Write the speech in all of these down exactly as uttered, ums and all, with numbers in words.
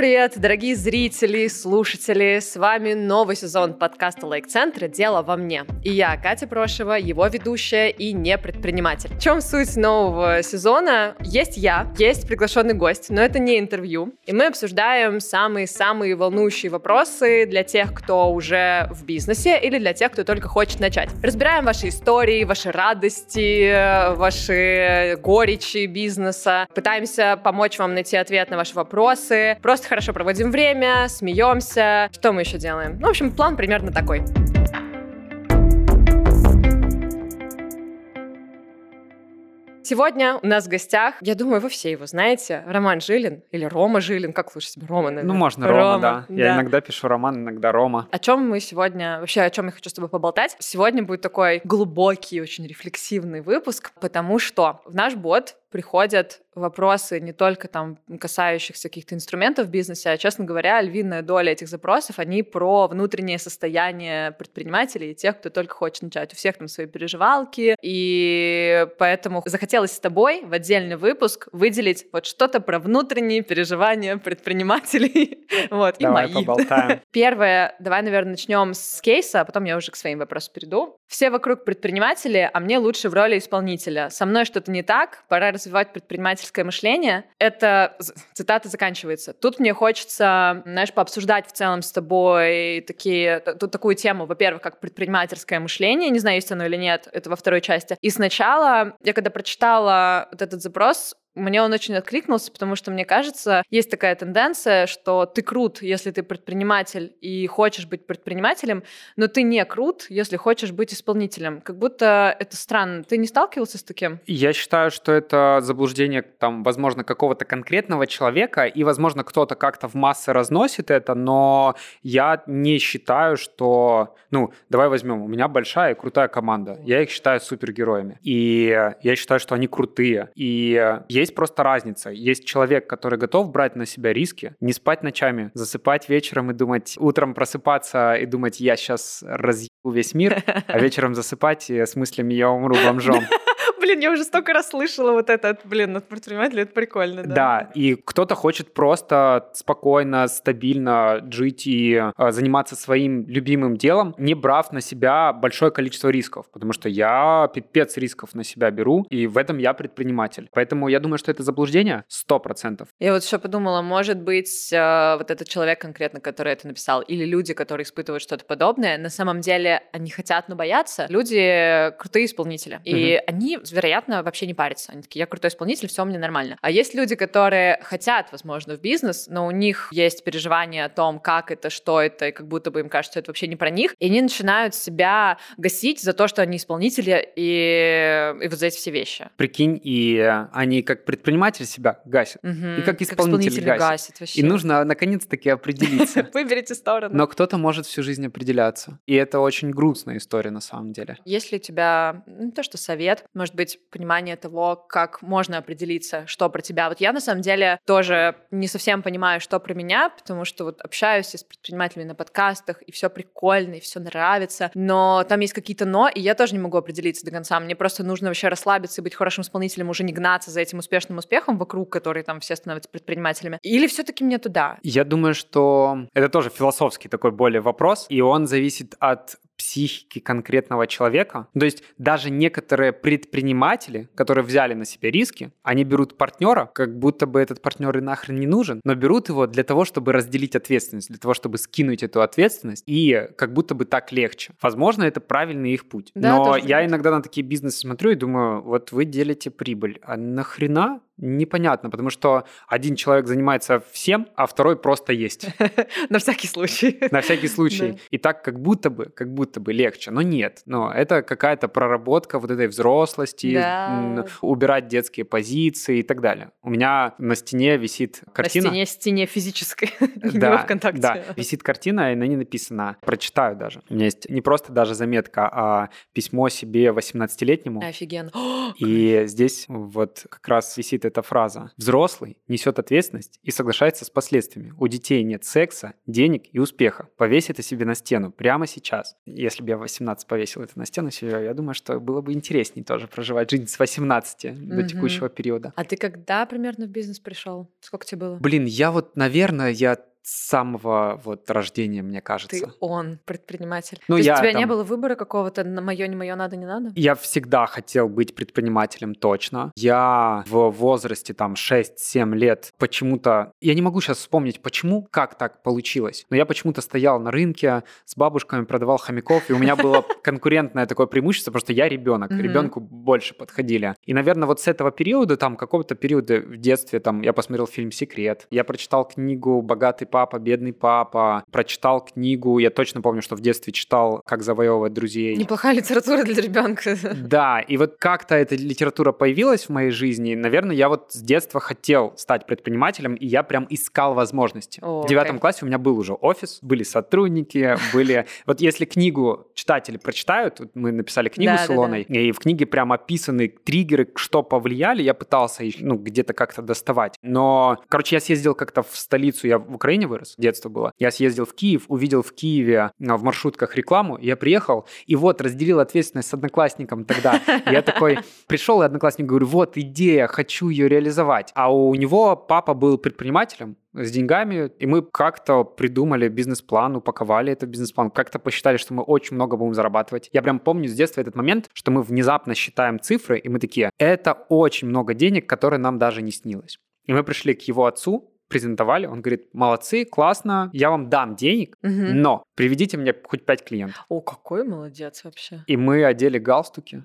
привет, дорогие зрители, слушатели! С вами новый сезон подкаста Лайк-центра «Дело во мне». И я, Катя Прошева, его ведущая и не предприниматель. В чем суть нового сезона? Есть я, есть приглашенный гость, но это не интервью. И мы обсуждаем самые-самые волнующие вопросы для тех, кто уже в бизнесе или для тех, кто только хочет начать. Разбираем ваши истории, ваши радости, ваши горечи бизнеса. Пытаемся помочь вам найти ответ на ваши вопросы. Просто хорошо проводим время, смеемся. Что мы еще делаем? Ну, в общем, план примерно такой. Сегодня у нас в гостях, я думаю, вы все его знаете, Роман Жилин или Рома Жилин, как лучше себе, Рома, наверное. Ну, можно Рома, Рома да. да. Я иногда пишу Роман, иногда Рома. О чем мы сегодня, вообще о чем я хочу с тобой поболтать? Сегодня будет такой глубокий, очень рефлексивный выпуск, потому что в наш бот приходят вопросы не только там касающихся каких-то инструментов в бизнесе, а, честно говоря, львиная доля этих запросов, они про внутреннее состояние предпринимателей и тех, кто только хочет начать. У всех там свои переживалки, и поэтому захотелось с тобой в отдельный выпуск выделить вот что-то про внутренние переживания предпринимателей. Вот, и мои. Давай поболтаем. Первое, давай, наверное, начнем с кейса, а потом я уже к своим вопросам перейду. Все вокруг предприниматели, а мне лучше в роли исполнителя. Со мной что-то не так, пора развивать предпринимательское мышление. Это цитата заканчивается. Тут мне хочется, знаешь, пообсуждать в целом с тобой такие, тут такую тему, во-первых, как предпринимательское мышление, не знаю, есть оно или нет, это во второй части. И сначала, я когда прочитала вот этот запрос, мне он очень откликнулся, потому что, мне кажется, есть такая тенденция, что ты крут, если ты предприниматель и хочешь быть предпринимателем, но ты не крут, если хочешь быть исполнителем. Как будто это странно. Ты не сталкивался с таким? Я считаю, что это заблуждение, там, возможно, какого-то конкретного человека, и, возможно, кто-то как-то в массы разносит это, но я не считаю, что... Ну, давай возьмем, у меня большая и крутая команда. Я их считаю супергероями. И я считаю, что они крутые. И есть просто разница. Есть человек, который готов брать на себя риски, не спать ночами, засыпать вечером и думать, утром просыпаться и думать, я сейчас разъебу весь мир, а вечером засыпать и с мыслями я умру бомжом. Блин, я уже столько раз слышала вот это, блин, от предпринимателя, это прикольно, да. Да, и кто-то хочет просто спокойно, стабильно жить и э, заниматься своим любимым делом, не брав на себя большое количество рисков, потому что я пипец рисков на себя беру, и в этом я предприниматель. Поэтому я думаю, что это заблуждение сто процентов. Я вот еще подумала, может быть, э, вот этот человек конкретно, который это написал, или люди, которые испытывают что-то подобное, на самом деле они хотят, но боятся. Люди крутые исполнители, и угу. они, вероятно, вообще не парятся. Они такие, я крутой исполнитель, все мне нормально. А есть люди, которые хотят, возможно, в бизнес, но у них есть переживания о том, как это, что это, и как будто бы им кажется, что это вообще не про них, и они начинают себя гасить за то, что они исполнители, и, и вот за эти все вещи. Прикинь, и они как предприниматель себя гасят, угу. и как исполнитель гасят. гасят вообще. И нужно наконец-таки определиться. Выберите сторону. Но кто-то может всю жизнь определяться. И это очень грустная история на самом деле. Есть ли у тебя, не то что совет, может быть, понимание того, как можно определиться, что про тебя. Вот я, на самом деле, тоже не совсем понимаю, что про меня, потому что вот общаюсь с предпринимателями на подкастах, и все прикольно, и все нравится, но там есть какие-то «но», и я тоже не могу определиться до конца. Мне просто нужно вообще расслабиться и быть хорошим исполнителем, уже не гнаться за этим успешным успехом вокруг, который там все становятся предпринимателями. Или все-таки мне туда? Я думаю, что это тоже философский такой более вопрос, и он зависит от психики конкретного человека. То есть даже некоторые предприниматели, которые взяли на себя риски, они берут партнера, как будто бы этот партнер и нахрен не нужен, но берут его для того, чтобы разделить ответственность, для того, чтобы скинуть эту ответственность, и как будто бы так легче. Возможно, это правильный их путь. Да, но я будет. Иногда на такие бизнесы смотрю и думаю, вот вы делите прибыль, а нахрена? Непонятно, потому что один человек занимается всем, а второй просто есть. На всякий случай. На всякий случай. И так как будто бы, как будто бы легче, но нет. Но это какая-то проработка вот этой взрослости, убирать детские позиции и так далее. У меня на стене висит картина. На стене, стене физической, не во ВКонтакте. Да, висит картина, и на ней написано, прочитаю даже. У меня есть не просто даже заметка, а письмо себе восемнадцатилетнему. Офигенно. И здесь вот как раз висит эта фраза. Взрослый несет ответственность и соглашается с последствиями. У детей нет секса, денег и успеха. Повесь это себе на стену прямо сейчас. Если бы я в восемнадцать повесил это на стену себе, я думаю, что было бы интереснее тоже проживать жизнь с восемнадцати mm-hmm. до текущего периода. А ты когда примерно в бизнес пришел? Сколько тебе было? Блин, я вот, наверное, я с самого вот рождения, мне кажется. Ты он, предприниматель. Ну, То есть я у тебя там... не было выбора какого-то на моё, не моё, надо, не надо? Я всегда хотел быть предпринимателем, точно. Я в возрасте там шесть-семь лет почему-то... Я не могу сейчас вспомнить, почему, как так получилось, но я почему-то стоял на рынке с бабушками, продавал хомяков, и у меня было конкурентное такое преимущество, потому что я ребенок, ребенку больше подходили. И, наверное, вот с этого периода, там, какого-то периода в детстве, там, я посмотрел фильм «Секрет», я прочитал книгу «Богатый папа, бедный папа», прочитал книгу, я точно помню, что в детстве читал «Как завоевывать друзей». Неплохая литература для ребенка. Да, и вот как-то эта литература появилась в моей жизни, наверное, я вот с детства хотел стать предпринимателем, и я прям искал возможности. О, в девятом okay. классе у меня был уже офис, были сотрудники, были... Вот если книгу читатели прочитают, вот мы написали книгу с Илоной, и в книге прям описаны триггеры, что повлияли, я пытался их, ну, где-то как-то доставать. Но, короче, я съездил как-то в столицу, я в Украине вырос, детство было. Я съездил в Киев, увидел в Киеве в маршрутках рекламу, я приехал, и вот разделил ответственность с одноклассником тогда. Я такой пришел, и одноклассник говорю, вот идея, хочу ее реализовать. А у него папа был предпринимателем с деньгами, и мы как-то придумали бизнес-план, упаковали этот бизнес-план, как-то посчитали, что мы очень много будем зарабатывать. Я прям помню с детства этот момент, что мы внезапно считаем цифры, и мы такие, это очень много денег, которые нам даже не снилось. И мы пришли к его отцу, презентовали, он говорит, молодцы, классно, я вам дам денег, угу. но приведите мне хоть пять клиентов. О, какой молодец вообще. И мы одели галстуки,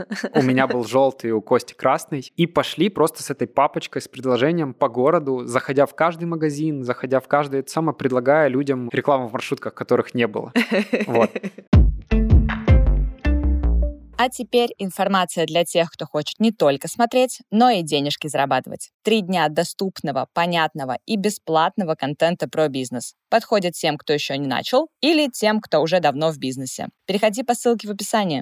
у меня был желтый, у Кости красный, и пошли просто с этой папочкой, с предложением по городу, заходя в каждый магазин, заходя в каждый, это самое, предлагая людям рекламу в маршрутках, которых не было. Вот. А теперь информация для тех, кто хочет не только смотреть, но и денежки зарабатывать. Три дня доступного, понятного и бесплатного контента про бизнес. Подходит тем, кто еще не начал, или тем, кто уже давно в бизнесе. Переходи по ссылке в описании.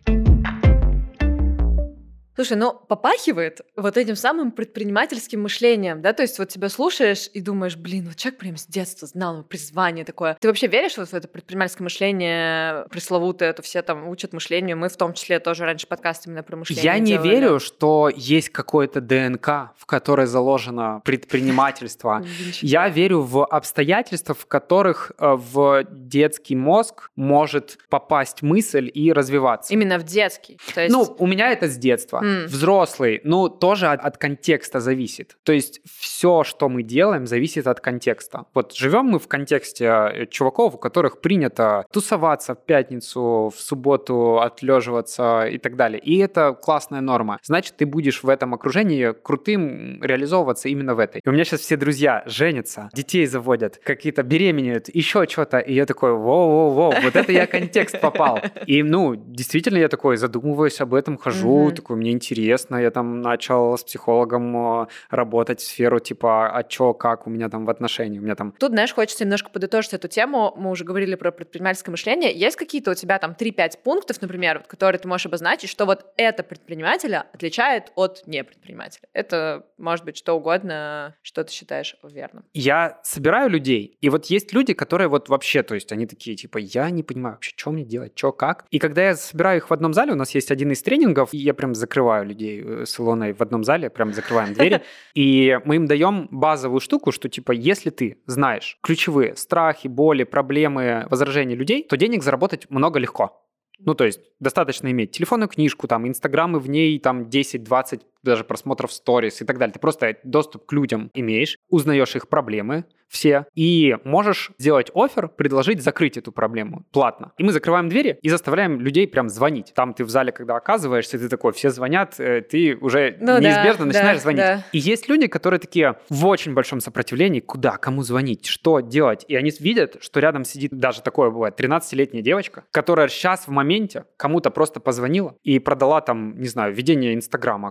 Слушай, ну попахивает вот этим самым предпринимательским мышлением, да, то есть вот тебя слушаешь и думаешь, блин, вот человек прям с детства знал призвание такое. Ты вообще веришь вот в это предпринимательское мышление пресловутое, это все там учат мышлению, мы в том числе тоже раньше подкаст именно про мышление Я не делали. верю, что есть какое-то ДНК, в которой заложено предпринимательство. Я верю в обстоятельства, в которых в детский мозг может попасть мысль и развиваться. Именно в детский? То есть... Ну, у меня это с детства. Mm. Взрослый, ну, тоже от, от контекста зависит. То есть все, что мы делаем, зависит от контекста. Вот живем мы в контексте чуваков, у которых принято тусоваться в пятницу, в субботу отлеживаться и так далее. И это классная норма. Значит, ты будешь в этом окружении крутым реализовываться именно в этой. И у меня сейчас все друзья женятся, детей заводят, какие-то беременеют, еще что-то. И я такой, воу-воу-воу, вот это я контекст попал. И, ну, действительно, я такой задумываюсь об этом, хожу, такой, мне интересно, я там начал с психологом работать в сферу типа, а чё, как у меня там в отношении, у меня там... Тут, знаешь, хочется немножко подытожить эту тему, мы уже говорили про предпринимательское мышление, есть какие-то у тебя там три-пять пунктов, например, вот, которые ты можешь обозначить, что вот это предпринимателя отличает от непредпринимателя. Это может быть что угодно, что ты считаешь верным. Я собираю людей, и вот есть люди, которые вот вообще, то есть они такие, типа, я не понимаю вообще, что мне делать, что, как. И когда я собираю их в одном зале, у нас есть один из тренингов, и я прям закрываю людей с Илоной в одном зале, прям закрываем двери, и мы им даем базовую штуку, что типа, если ты знаешь ключевые страхи, боли, проблемы, возражения людей, то денег заработать много легко. Ну, то есть достаточно иметь телефонную книжку, там, инстаграмы в ней, там, десять-двадцать даже просмотров сторис и так далее. Ты просто доступ к людям имеешь, узнаешь их проблемы все, и можешь сделать оффер, предложить закрыть эту проблему платно. И мы закрываем двери и заставляем людей прям звонить. Там ты в зале, когда оказываешься, ты такой, все звонят, ты уже ну, неизбежно да, начинаешь да, звонить. Да. И есть люди, которые такие в очень большом сопротивлении, куда, кому звонить, что делать. И они видят, что рядом сидит, даже такое бывает, тринадцатилетняя девочка, которая сейчас в моменте кому-то просто позвонила и продала там, не знаю, ведение Инстаграма, короче,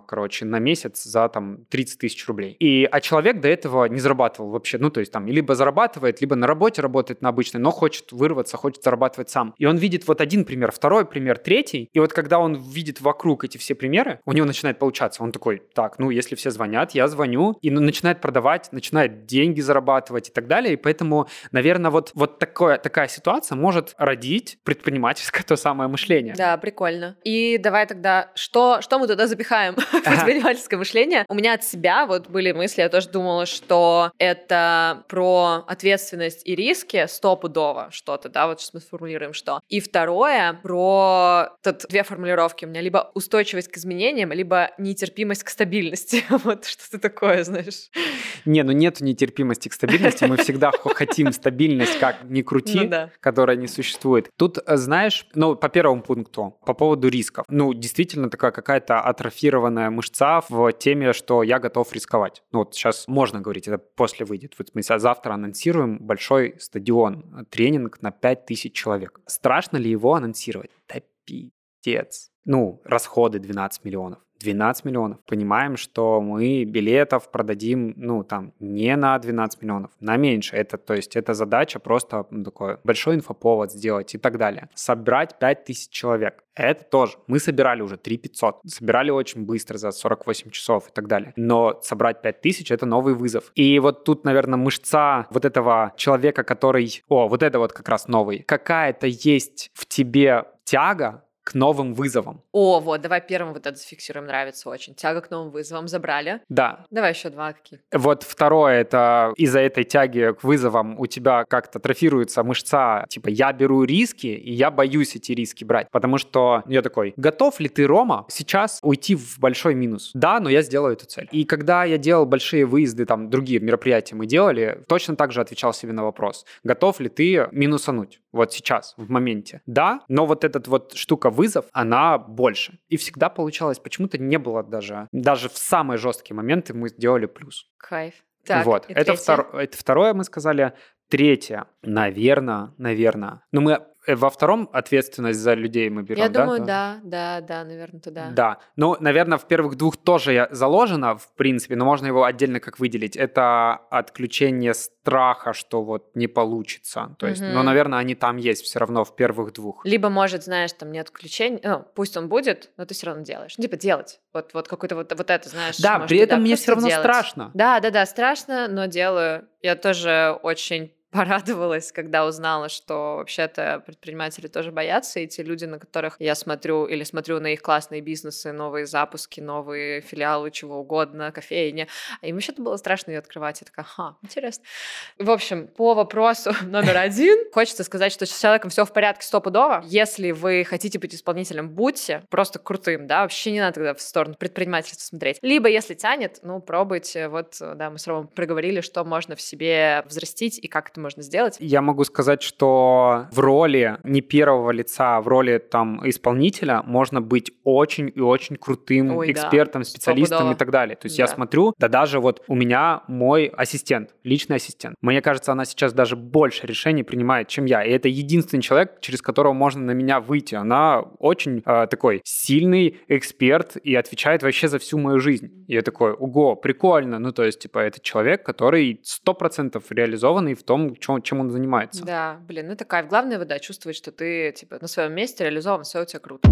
на месяц за там тридцать тысяч рублей. И, а человек до этого не зарабатывал вообще, ну, то есть там либо зарабатывает, либо на работе работает на обычной, но хочет вырваться, хочет зарабатывать сам. И он видит вот один пример, второй пример, третий, и вот когда он видит вокруг эти все примеры, у него начинает получаться. Он такой, так, ну, если все звонят, я звоню, и ну, начинает продавать, начинает деньги зарабатывать и так далее. И поэтому, наверное, вот, вот такое, такая ситуация может родить предпринимательское то самое мышление. Да, прикольно. И давай тогда, что, что мы туда запихаем в предпринимательское мышление? У меня от себя вот были мысли, я тоже думала, что это про ответственность и риски стопудово что-то, да, вот сейчас мы сформулируем, что. И второе, про тут две формулировки у меня, либо устойчивость к изменениям, либо нетерпимость к стабильности. Вот что-то такое, знаешь. Не, ну нет нетерпимости к стабильности, мы всегда хотим стабильность, как ни крути, ну, да. которая не существует. Тут, знаешь, ну, по первому пункту, по поводу рисков. Ну, действительно такая какая-то атрофированная мышца в теме, что я готов рисковать. Ну, вот сейчас можно говорить, это после выйдет. Вот мы завтра анонсируем большой стадион, тренинг на пять тысяч человек. Страшно ли его анонсировать? Да пиздец. Ну, расходы двенадцать миллионов. двенадцать миллионов. Понимаем, что мы билетов продадим, ну, там, не на двенадцать миллионов, на меньше. Это, то есть, это задача просто ну, такой большой инфоповод сделать и так далее. Собрать пять тысяч человек. Это тоже. Мы собирали уже три тысячи пятьсот. Собирали очень быстро, за сорок восемь часов и так далее. Но собрать пять тысяч — это новый вызов. И вот тут, наверное, мышца вот этого человека, который... О, вот это вот как раз новый. Какая-то есть в тебе тяга к новым вызовам. О, вот, давай первым вот это зафиксируем, нравится очень. Тяга к новым вызовам забрали. Да. Давай еще два каких. Вот второе, это из-за этой тяги к вызовам у тебя как-то трофируется мышца, типа, я беру риски, и я боюсь эти риски брать. Потому что я такой, готов ли ты, Рома, сейчас уйти в большой минус? Да, но я сделаю эту цель. И когда я делал большие выезды, там, другие мероприятия мы делали, точно так же отвечал себе на вопрос, готов ли ты минусануть? Вот сейчас, в моменте. Да, но вот эта вот штука вызов, она больше. И всегда получалось, почему-то не было даже, даже в самые жесткие моменты мы сделали плюс. Кайф. Так, вот, это, втор... это второе мы сказали. Третье, наверное, наверное. Ну, мы во втором ответственность за людей мы берем, Я да? думаю, да, да, да, наверное, туда. Да. Ну, наверное, в первых двух тоже заложено, в принципе, но можно его отдельно как выделить. Это отключение страха, что вот не получится. То есть, угу. ну, наверное, они там есть все равно в первых двух. Либо, может, знаешь, там нет отключения, ну, пусть он будет, но ты все равно делаешь. Ну, типа, делать. Вот, вот какой-то вот, вот это, знаешь. Да, может, при этом да, мне все равно делать. страшно. Да, да, да, страшно, но делаю. Я тоже очень порадовалась, когда узнала, что вообще-то предприниматели тоже боятся, и те люди, на которых я смотрю или смотрю на их классные бизнесы, новые запуски, новые филиалы, чего угодно, кофейни, а им вообще-то было страшно ее открывать. Я такая, ха, интересно. В общем, по вопросу номер один, хочется сказать, что с человеком все в порядке стопудово. Если вы хотите быть исполнителем, будьте просто крутым, да, вообще не надо тогда в сторону предпринимательства смотреть. Либо, если тянет, ну, пробуйте. Вот, да, мы с Ромой проговорили, что можно в себе взрастить и как это можно сделать. Я могу сказать, что в роли не первого лица, в роли там исполнителя можно быть очень и очень крутым Ой, экспертом, да. специалистом Стопудово. И так далее. То есть да. я смотрю, да даже вот у меня мой ассистент, личный ассистент. Мне кажется, она сейчас даже больше решений принимает, чем я. И это единственный человек, через которого можно на меня выйти. Она очень э, такой сильный эксперт и отвечает вообще за всю мою жизнь. И я такой, ого, прикольно. Ну, то есть, типа, это человек, который сто процентов реализованный в том, чем, чем он занимается. Да, блин, это кайф. Главное, вот, да, чувствовать, что ты, типа, на своем месте реализован, все у тебя круто.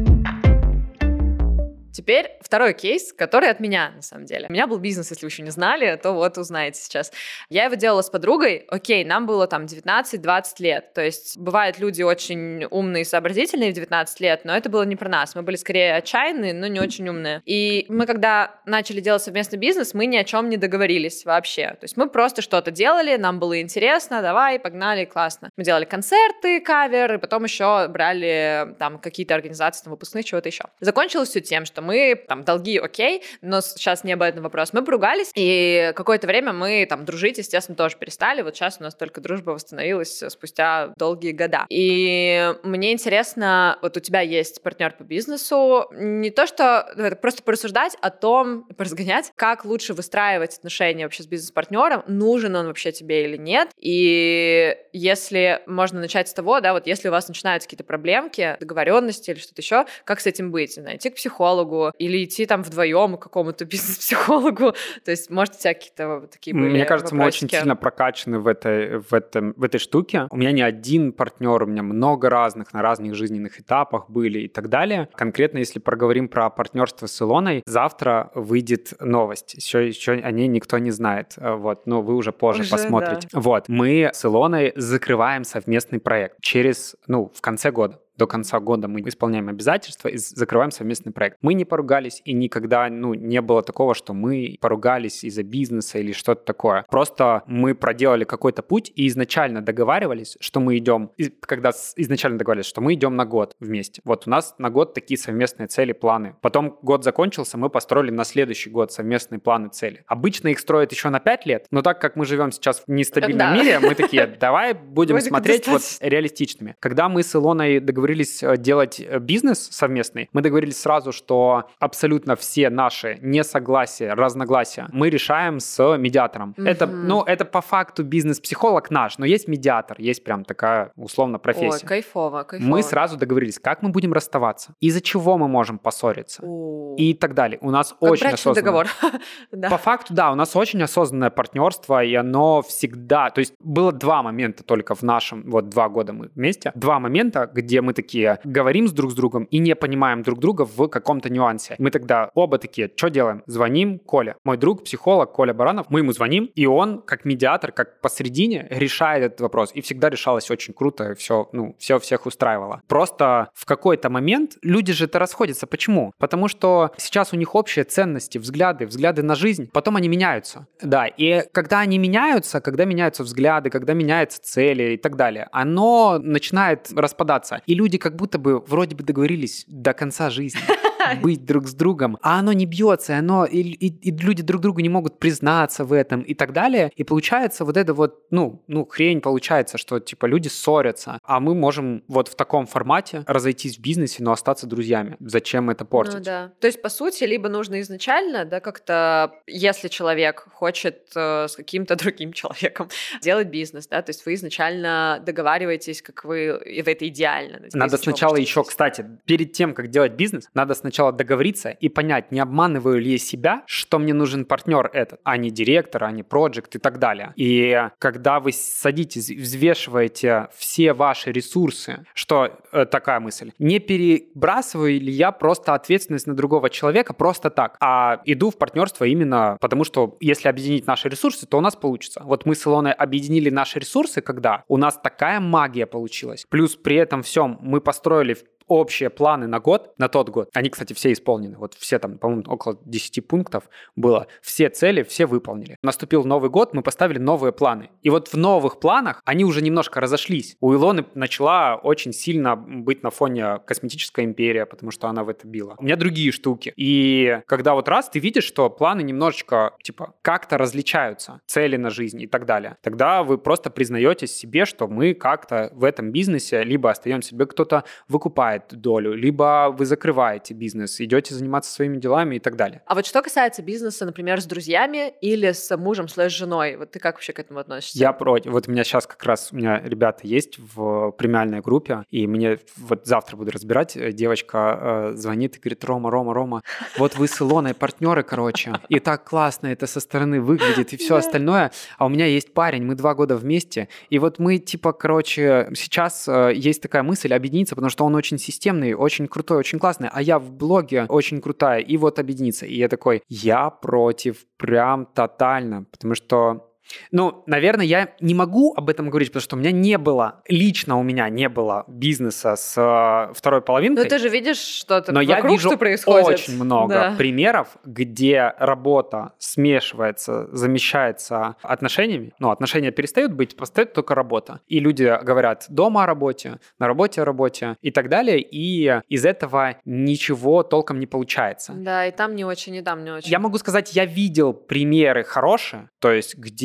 Теперь второй кейс, который от меня, на самом деле. У меня был бизнес, если вы еще не знали, то вот узнаете сейчас. Я его делала с подругой. Окей, нам было там девятнадцать-двадцать лет. То есть бывают люди очень умные и сообразительные в девятнадцать лет, но это было не про нас. Мы были скорее отчаянные, но не очень умные. И мы, когда начали делать совместный бизнес, мы ни о чем не договорились вообще. То есть мы просто что-то делали, нам было интересно, давай, погнали, классно. Мы делали концерты, кавер, и потом еще брали там какие-то организации, там, выпускных, чего-то еще. Закончилось все тем, что мы, там, долги окей, но сейчас не об этом вопрос. Мы поругались, и какое-то время мы, там, дружить, естественно, тоже перестали. Вот сейчас у нас только дружба восстановилась спустя долгие года. И мне интересно, вот у тебя есть партнер по бизнесу, не то что просто порассуждать о том, поразгонять, как лучше выстраивать отношения вообще с бизнес-партнером, нужен он вообще тебе или нет. И если можно начать с того, да, вот если у вас начинаются какие-то проблемки, договоренности или что-то еще, как с этим быть? Найти к психологу, психологу или идти там вдвоем к какому-то бизнес-психологу? То есть, может, у тебя какие-то такие были Мне кажется, вопросики? мы очень сильно прокачаны в этой, в, этом, в этой штуке. У меня не один партнер, у меня много разных, на разных жизненных этапах были и так далее. Конкретно, если проговорим про партнерство с Илоной, завтра выйдет новость. Еще, еще о ней никто не знает. Вот, но вы уже позже уже, посмотрите. Да. Вот, мы с Илоной закрываем совместный проект через, ну, в конце года. До конца года мы исполняем обязательства и закрываем совместный проект. Мы не поругались, и никогда, ну, не было такого, что мы поругались из-за бизнеса или что-то такое. Просто мы проделали какой-то путь и изначально договаривались, что мы идем, когда изначально договаривались, что мы идем на год вместе. Вот у нас на год такие совместные цели, планы. Потом год закончился, мы построили на следующий год совместные планы, цели. Обычно их строят еще на пять лет, но так как мы живем сейчас в нестабильном да. мире, мы такие, давай будем смотреть вот реалистичными. Когда мы с Илоной договорились делать бизнес совместный, мы договорились сразу, что абсолютно все наши несогласия, разногласия мы решаем с медиатором. Mm-hmm. Это, ну, это по факту бизнес-психолог наш, но есть медиатор, есть прям такая условно профессия. Ой, кайфово, кайфово. Мы сразу договорились, как мы будем расставаться, из-за чего мы можем поссориться uh. и так далее. У нас как очень брачный осознанно. договор. По факту, да, у нас очень осознанное партнерство, и оно всегда... То есть было два момента только в нашем... Вот два года мы вместе. Два момента, где мы такие говорим с друг с другом и не понимаем друг друга в каком-то нюансе. Мы тогда оба такие, что делаем? Звоним Коле. Мой друг, психолог Коля Баранов. Мы ему звоним, и он, как медиатор, как посредине, решает этот вопрос. И всегда решалось очень круто, все, ну, все всех устраивало. Просто в какой-то момент люди же это расходятся. Почему? Потому что сейчас у них общие ценности, взгляды, взгляды на жизнь, потом они меняются. Да, и когда они меняются, когда меняются взгляды, когда меняются цели и так далее, оно начинает распадаться. И люди как будто бы вроде бы договорились до конца жизни быть друг с другом, а оно не бьется, и, оно, и, и, и люди друг другу не могут признаться в этом и так далее. И получается вот это вот, ну, ну, хрень получается, что типа люди ссорятся, а мы можем вот в таком формате разойтись в бизнесе, но остаться друзьями. Зачем это портить? Ну да. То есть, по сути, либо нужно изначально, да, как-то, если человек хочет э, с каким-то другим человеком делать бизнес, да, то есть вы изначально договариваетесь, как вы, и это идеально. Надо сначала еще, кстати, перед тем, как делать бизнес, надо сначала договориться и понять, не обманываю ли я себя, что мне нужен партнер этот, а не директор, а не проект и так далее. И когда вы садитесь, взвешиваете все ваши ресурсы, что э, такая мысль, не перебрасываю ли я просто ответственность на другого человека просто так, а иду в партнерство именно потому, что если объединить наши ресурсы, то у нас получится. Вот мы с Илоной объединили наши ресурсы, когда у нас такая магия получилась. Плюс при этом всем мы построили общие планы на год, на тот год. Они, кстати, все исполнены. Вот все там, по-моему, около десять пунктов было. Все цели, все выполнили. Наступил Новый год, мы поставили новые планы. И вот в новых планах они уже немножко разошлись. У Илоны начала очень сильно быть на фоне косметическая империя, потому что она в это била. У меня другие штуки. И когда вот раз ты видишь, что планы немножечко, типа, как-то различаются, цели на жизнь и так далее, тогда вы просто признаетесь себе, что мы как-то в этом бизнесе либо остаемся, себе кто-то выкупает долю, либо вы закрываете бизнес, идете заниматься своими делами и так далее. А вот что касается бизнеса, например, с друзьями или с мужем, с женой, вот ты как вообще к этому относишься? Я против. Вот у меня сейчас как раз, у меня ребята есть в премиальной группе, и мне вот завтра буду разбирать, девочка э, звонит и говорит: Рома, Рома, Рома, вот вы с Илоной партнеры, короче, и так классно это со стороны выглядит и все остальное, а у меня есть парень, мы два года вместе, и вот мы типа, короче, сейчас э, есть такая мысль объединиться, потому что он очень системный, очень крутой, очень классный, а я в блоге очень крутая, и вот объединиться. И я такой, я против прям тотально, потому что ну, наверное, я не могу об этом говорить, потому что у меня не было, лично у меня не было бизнеса с э, второй половинкой. Ну, ты же видишь, что-то но вокруг, я вижу что происходит. Очень много да. примеров, где работа смешивается, замещается отношениями. Ну, отношения перестают быть, остается только работа. И люди говорят дома о работе, на работе о работе и так далее. И из этого ничего толком не получается. Да, и там не очень, и там не очень. Я могу сказать, я видел примеры хорошие, то есть где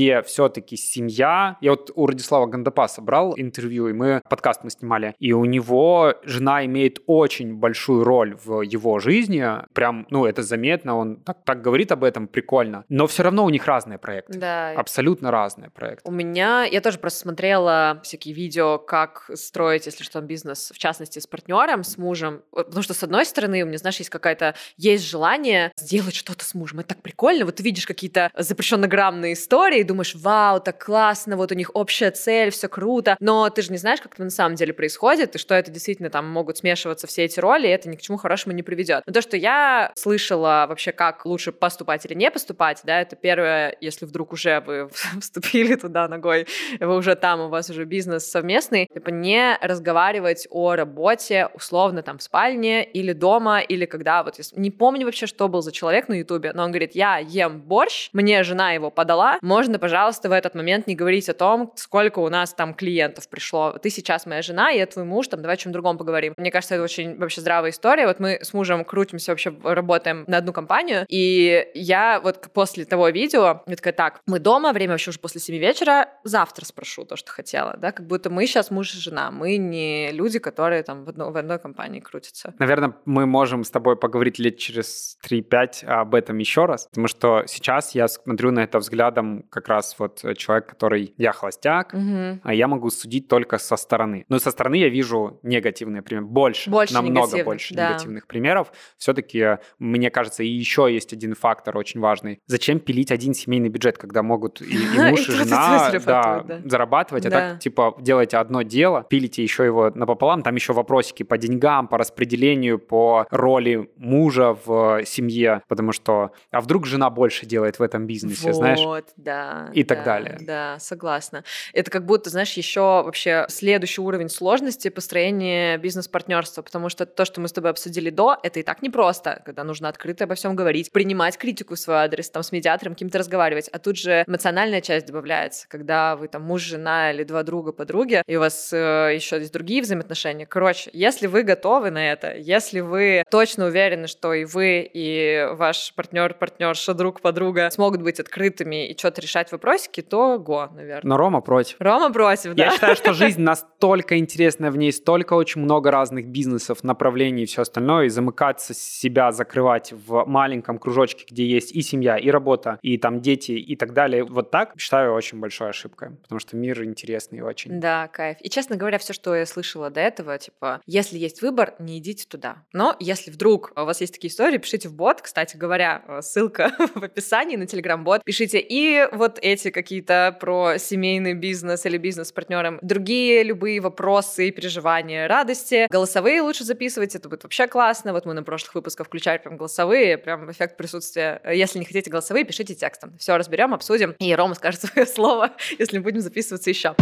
где все-таки семья... Я вот у Радислава Гандапаса брал интервью, и мы подкаст мы снимали, и у него жена имеет очень большую роль в его жизни, прям, ну, это заметно, он так, так говорит об этом, прикольно, но все равно у них разные проекты, да. Абсолютно разные проекты. У меня, я тоже просто смотрела всякие видео, как строить, если что, бизнес, в частности, с партнером, с мужем, потому что, с одной стороны, у меня, знаешь, есть какая-то, есть желание сделать что-то с мужем, это так прикольно, вот ты видишь какие-то запрещенно-граммные истории, и думаешь, вау, так классно, вот у них общая цель, все круто, но ты же не знаешь, как это на самом деле происходит, и что это действительно там могут смешиваться все эти роли, и это ни к чему хорошему не приведет. Но то, что я слышала вообще, как лучше поступать или не поступать, да, это первое, если вдруг уже вы вступили туда ногой, вы уже там, у вас уже бизнес совместный, типа не разговаривать о работе условно там в спальне или дома, или когда вот, не помню вообще, что был за человек на ютубе, но он говорит, я ем борщ, мне жена его подала, можно, пожалуйста, в этот момент не говорить о том, сколько у нас там клиентов пришло. Ты сейчас моя жена, я твой муж, там, давай о чем другом поговорим. Мне кажется, это очень вообще здравая история. Вот мы с мужем крутимся, вообще работаем на одну компанию, и я вот после того видео, я такая, так, мы дома, время вообще уже после семи вечера, завтра спрошу то, что хотела, да, как будто мы сейчас муж и жена, мы не люди, которые там в, одно, в одной компании крутятся. Наверное, мы можем с тобой поговорить лет через три-пять об этом еще раз, потому что сейчас я смотрю на это взглядом как раз вот человек, который, я холостяк, угу. а я могу судить только со стороны. Но со стороны я вижу негативные примеры, больше, больше намного больше да. негативных примеров. Все-таки, мне кажется, и еще есть один фактор очень важный. Зачем пилить один семейный бюджет, когда могут и, и муж, и жена да, зарабатывать, а так, типа, делаете одно дело, пилите еще его напополам, там еще вопросики по деньгам, по распределению, по роли мужа в семье, потому что, а вдруг жена больше делает в этом бизнесе, вот, знаешь? Вот, да. И да, так далее. Да, согласна. Это как будто, знаешь, еще вообще следующий уровень сложности построения бизнес-партнерства, потому что то, что мы с тобой обсудили до, это и так непросто, когда нужно открыто обо всем говорить, принимать критику в свой адрес, там, с медиатором каким-то разговаривать, а тут же эмоциональная часть добавляется, когда вы там муж, жена или два друга, подруги, и у вас э, еще есть другие взаимоотношения. Короче, если вы готовы на это, если вы точно уверены, что и вы, и ваш партнер, партнерша, друг, подруга смогут быть открытыми и что-то решать вопросики, то го, наверное. Но Рома против. Рома против, да. Я считаю, что жизнь настолько интересная, в ней столько очень много разных бизнесов, направлений и все остальное, и замыкаться себя, закрывать в маленьком кружочке, где есть и семья, и работа, и там дети, и так далее, вот так, считаю, очень большой ошибкой, потому что мир интересный очень. Да, кайф. И, честно говоря, все, что я слышала до этого, типа, если есть выбор, не идите туда. Но если вдруг у вас есть такие истории, пишите в бот, кстати говоря, ссылка в описании на Telegram-бот, пишите и вот эти какие-то про семейный бизнес или бизнес с партнером, другие любые вопросы, переживания, радости. Голосовые лучше записывать, это будет вообще классно. Вот мы на прошлых выпусках включали прям голосовые, прям эффект присутствия. Если не хотите голосовые, пишите текстом. Все разберем, обсудим, и Рома скажет свое слово, если будем записываться еще.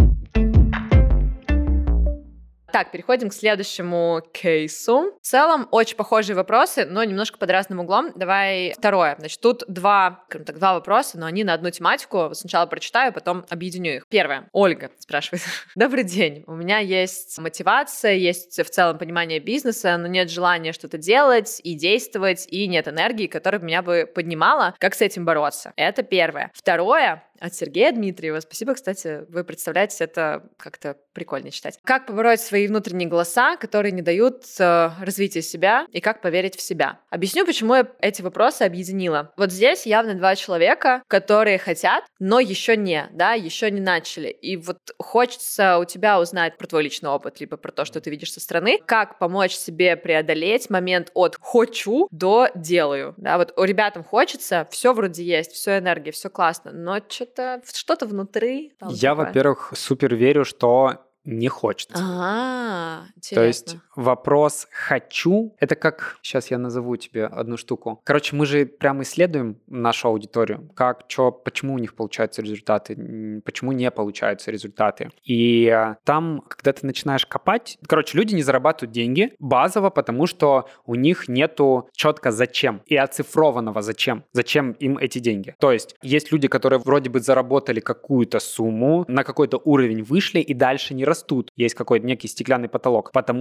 Так, переходим к следующему кейсу. В целом, очень похожие вопросы, но немножко под разным углом. Давай второе. Значит, тут два, скажем так, два вопроса, но они на одну тематику. Сначала прочитаю, потом объединю их. Первое. Ольга спрашивает. Добрый день. У меня есть мотивация, есть в целом понимание бизнеса, но нет желания что-то делать и действовать, и нет энергии, которая меня бы поднимала. Как с этим бороться? Это первое. Второе. От Сергея Дмитриева. Спасибо, кстати, вы представляете, это как-то прикольно читать. Как побороть свои внутренние голоса, которые не дают э, развития себя, и как поверить в себя? Объясню, почему я эти вопросы объединила. Вот здесь явно два человека, которые хотят, но еще не, да, еще не начали. И вот хочется у тебя узнать про твой личный опыт, либо про то, что ты видишь со стороны, как помочь себе преодолеть момент от «хочу» до «делаю». Да, вот у ребятам хочется, все вроде есть, все энергия, все классно, но что-то что-то внутри. Я, такое. Во-первых, супер верю, что не хочется. А, интересно. То есть вопрос «хочу» — это как... Сейчас я назову тебе одну штуку. Короче, мы же прямо исследуем нашу аудиторию. Как, что, почему у них получаются результаты, почему не получаются результаты. И там, когда ты начинаешь копать... Короче, люди не зарабатывают деньги базово, потому что у них нету четко зачем и оцифрованного зачем. Зачем им эти деньги. То есть есть люди, которые вроде бы заработали какую-то сумму, на какой-то уровень вышли и дальше не растут. Есть какой-то некий стеклянный потолок, потому что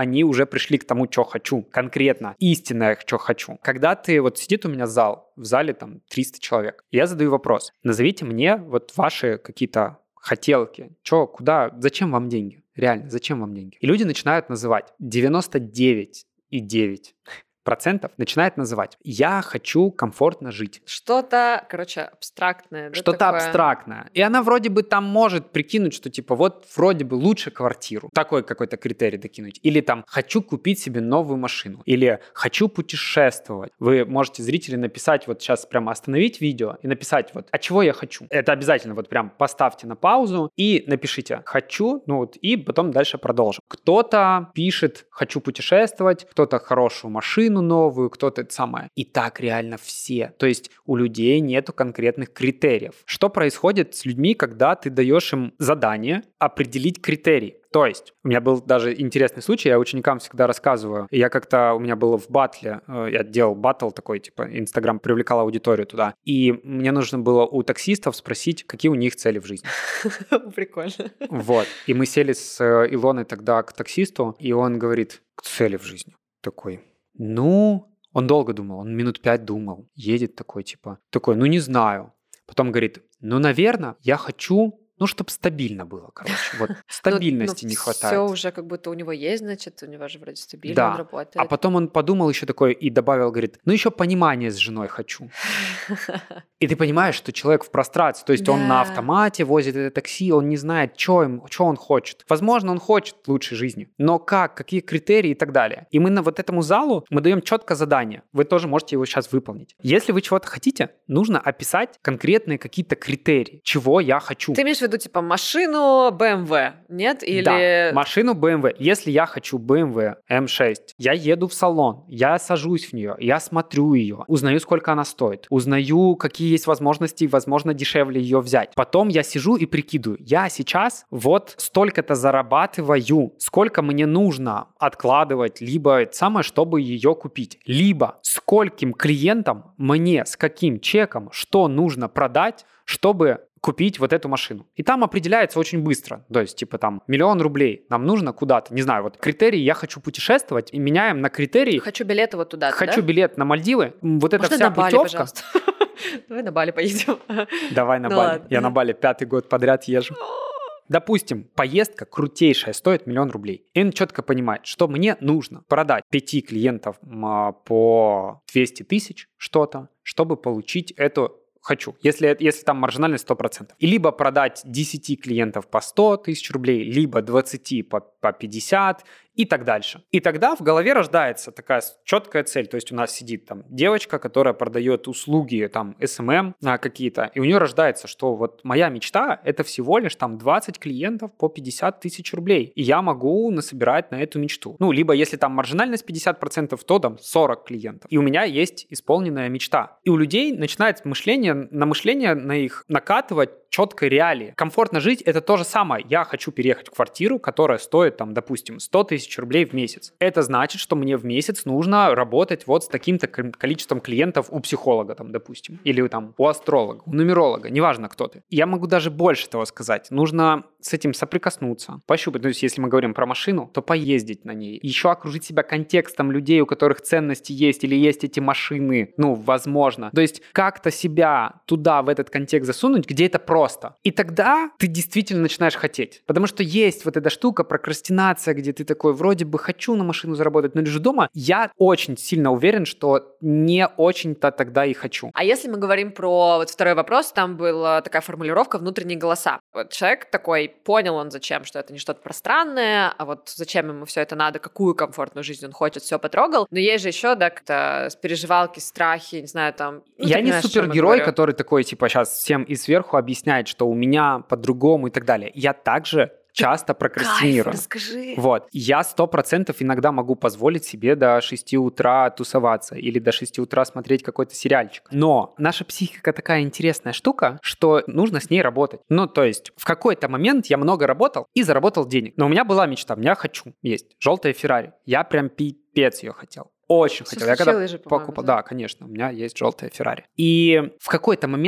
они уже пришли к тому, что хочу, конкретно, истинное, что хочу. Когда ты, вот сидит у меня зал, в зале там триста человек, я задаю вопрос, назовите мне вот ваши какие-то хотелки, что, куда, зачем вам деньги? Реально, зачем вам деньги? И люди начинают называть девяносто девять и девять процентов начинает называть. Я хочу комфортно жить. Что-то, короче, абстрактное. Да, Что-то такое? абстрактное. И она вроде бы там может прикинуть, что типа вот вроде бы лучше квартиру. Такой какой-то критерий докинуть. Или там хочу купить себе новую машину. Или хочу путешествовать. Вы можете, зрители, написать, вот сейчас прямо остановить видео и написать вот, а чего я хочу? Это обязательно вот прям поставьте на паузу и напишите хочу, ну вот, и потом дальше продолжим. Кто-то пишет хочу путешествовать, кто-то хорошую машину новую, кто-то это самое. И так реально все. То есть у людей нету конкретных критериев. Что происходит с людьми, когда ты даешь им задание определить критерий? То есть у меня был даже интересный случай, я ученикам всегда рассказываю. Я как-то, у меня было в баттле, я делал баттл такой, типа Инстаграм привлекал аудиторию туда, и мне нужно было у таксистов спросить, какие у них цели в жизни. Прикольно. Вот. И мы сели с Илоной тогда к таксисту, и он говорит, цели в жизни. Такой... Ну, он долго думал, он минут пять думал, едет такой, типа, такой, ну не знаю. Потом говорит, ну, наверное, я хочу, ну, чтобы стабильно было, короче, вот стабильности не хватает. Все уже как будто у него есть, значит, у него же вроде стабильно, да. он работает. А потом он подумал еще такой и добавил, говорит, ну, еще понимание с женой хочу. И ты понимаешь, что человек в прострации, то есть да. он на автомате возит это такси, он не знает, что он хочет. Возможно, он хочет лучшей жизни, но как, какие критерии и так далее. И мы на вот этому залу, мы даем четко задание. Вы тоже можете его сейчас выполнить. Если вы чего-то хотите, нужно описать конкретные какие-то критерии, чего я хочу. Ты имеешь в виду, типа, машину бэ эм вэ, нет? Или... Да, машину бэ эм вэ. Если я хочу бэ эм вэ эм шесть, я еду в салон, я сажусь в нее, я смотрю ее, узнаю, сколько она стоит, узнаю, какие есть возможности, возможно, дешевле ее взять. Потом я сижу и прикидываю, я сейчас вот столько-то зарабатываю, сколько мне нужно откладывать, либо самое, чтобы ее купить, либо скольким клиентам мне, с каким чеком, что нужно продать, чтобы купить вот эту машину. И там определяется очень быстро. То есть, типа, там, миллион рублей нам нужно куда-то. Не знаю, вот критерий «я хочу путешествовать» и меняем на критерий «хочу билеты вот туда». Хочу да? билет на Мальдивы. Вот Можно эта вся на Бали, путевка. пожалуйста. Давай на Бали поедем. Давай на Бали. Я на Бали пятый год подряд езжу. Допустим, поездка крутейшая, стоит миллион рублей. И он четко понимает, что мне нужно продать пяти клиентов по двести тысяч что-то, чтобы получить эту хочу, если, если там маржинальность сто процентов. И либо продать десяти клиентов по сто тысяч рублей, либо двадцати по, по пятьдесят и так дальше. И тогда в голове рождается такая четкая цель. То есть у нас сидит там девочка, которая продает услуги, там, эс эм эм а, какие-то, и у нее рождается, что вот моя мечта — это всего лишь там двадцать клиентов по пятьдесят тысяч рублей. И я могу насобирать на эту мечту. Ну, либо если там маржинальность пятьдесят процентов, то там сорок клиентов. И у меня есть исполненная мечта. И у людей начинает мышление, на мышление на их накатывать четкой реалии. Комфортно жить — это то же самое. Я хочу переехать в квартиру, которая стоит, там, допустим, сто тысяч рублей в месяц. Это значит, что мне в месяц нужно работать вот с таким-то количеством клиентов у психолога, там, допустим, или там у астролога, у нумеролога, неважно, кто ты. Я могу даже больше того сказать. Нужно с этим соприкоснуться, пощупать. То есть, если мы говорим про машину, то поездить на ней. Еще окружить себя контекстом людей, у которых ценности есть или есть эти машины, ну, возможно. То есть, как-то себя туда, в этот контекст засунуть, где это просто. И тогда ты действительно начинаешь хотеть. Потому что есть вот эта штука, прокрастинация, где ты такой, вроде бы хочу на машину заработать, но лежу дома. Я очень сильно уверен, что не очень-то тогда и хочу. А если мы говорим про вот второй вопрос, там была такая формулировка «внутренние голоса». Вот человек такой, понял он зачем, что это не что-то пространное, а вот зачем ему все это надо, какую комфортную жизнь он хочет, все потрогал. Но есть же еще, да, как-то переживалки, страхи, не знаю, там... Ну, я не супергерой, который такой, типа, сейчас всем и сверху объясняет, что у меня по-другому и так далее. Я также часто прокрастинирую. Кайф, расскажи. Вот. Я сто процентов иногда могу позволить себе до шести утра тусоваться или до шести утра смотреть какой-то сериальчик. Но наша психика такая интересная штука, что нужно с ней работать. Ну, то есть в какой-то момент я много работал и заработал денег. Но у меня была мечта, у меня хочу есть желтая Феррари. Я прям пипец ее хотел. Очень Все хотел. Я когда же, покупал, да? да, конечно, у меня есть желтая Феррари. И в какой-то момент